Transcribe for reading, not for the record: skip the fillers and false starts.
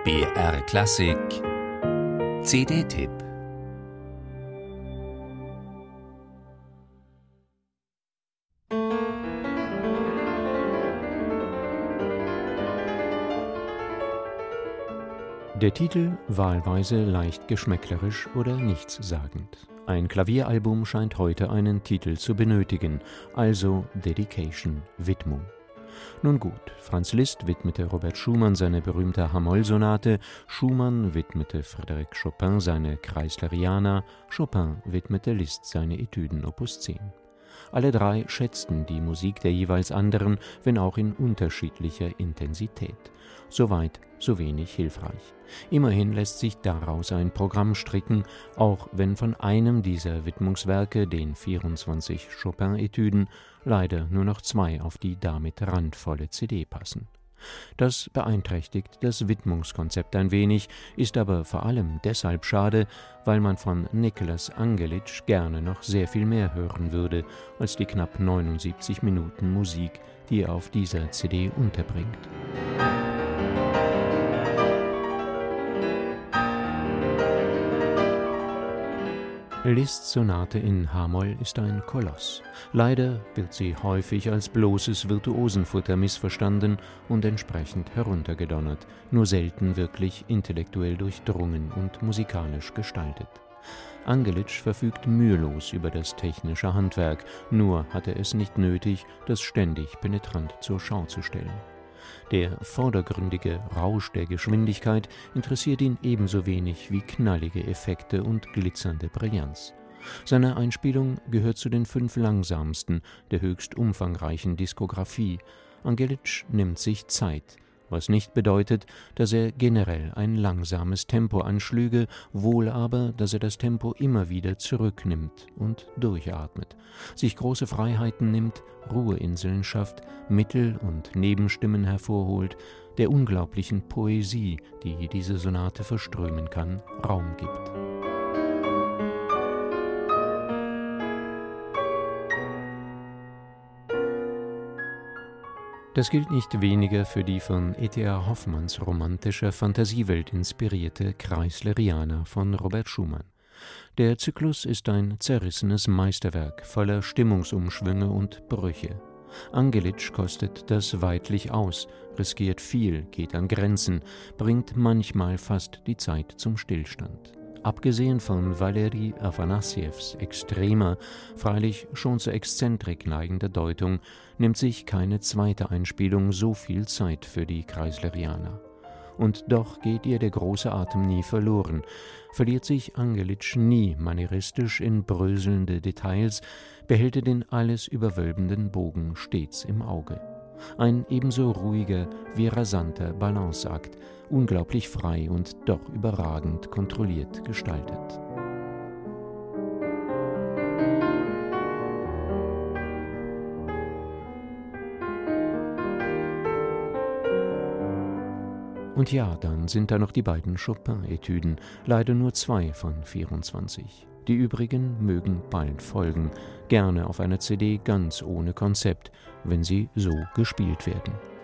BR Klassik CD-Tipp. Der Titel wahlweise leicht geschmäcklerisch oder nichtssagend. Ein Klavieralbum scheint heute einen Titel zu benötigen, also Dedication, Widmung. Nun gut, Franz Liszt widmete Robert Schumann seine berühmte Hamoll-Sonate, Schumann widmete Frédéric Chopin seine Kreisleriana, Chopin widmete Liszt seine Etüden Opus 10. Alle drei schätzten die Musik der jeweils anderen, wenn auch in unterschiedlicher Intensität. Soweit, so wenig hilfreich. Immerhin lässt sich daraus ein Programm stricken, auch wenn von einem dieser Widmungswerke, den 24 Chopin-Etüden, leider nur noch 2 auf die damit randvolle CD passen. Das beeinträchtigt das Widmungskonzept ein wenig, ist aber vor allem deshalb schade, weil man von Nicholas Angelitsch gerne noch sehr viel mehr hören würde, als die knapp 79 Minuten Musik, die er auf dieser CD unterbringt. Liszts Sonate in H-Moll ist ein Koloss. Leider wird sie häufig als bloßes Virtuosenfutter missverstanden und entsprechend heruntergedonnert, nur selten wirklich intellektuell durchdrungen und musikalisch gestaltet. Angelitsch verfügt mühelos über das technische Handwerk, nur hat er es nicht nötig, das ständig penetrant zur Schau zu stellen. Der vordergründige Rausch der Geschwindigkeit interessiert ihn ebenso wenig wie knallige Effekte und glitzernde Brillanz. Seine Einspielung gehört zu den 5 langsamsten der höchst umfangreichen Diskografie. Angelitsch nimmt sich Zeit, was nicht bedeutet, dass er generell ein langsames Tempo anschlüge, wohl aber, dass er das Tempo immer wieder zurücknimmt und durchatmet, sich große Freiheiten nimmt, Ruheinseln schafft, Mittel- und Nebenstimmen hervorholt, der unglaublichen Poesie, die diese Sonate verströmen kann, Raum gibt. Das gilt nicht weniger für die von E.T.A. Hoffmanns romantischer Fantasiewelt inspirierte Kreisleriana von Robert Schumann. Der Zyklus ist ein zerrissenes Meisterwerk voller Stimmungsumschwünge und Brüche. Angelitsch kostet das weidlich aus, riskiert viel, geht an Grenzen, bringt manchmal fast die Zeit zum Stillstand. Abgesehen von Valeri Afanassjews extremer, freilich schon zur Exzentrik neigender Deutung, nimmt sich keine zweite Einspielung so viel Zeit für die Kreisleriana. Und doch geht ihr der große Atem nie verloren, verliert sich Angelitsch nie manieristisch in bröselnde Details, behält er den alles überwölbenden Bogen stets im Auge. Ein ebenso ruhiger wie rasanter Balanceakt, unglaublich frei und doch überragend kontrolliert gestaltet. Und ja, dann sind da noch die beiden Chopin-Etüden, leider nur 2 von 24. Die übrigen mögen bald folgen, gerne auf einer CD ganz ohne Konzept, wenn sie so gespielt werden.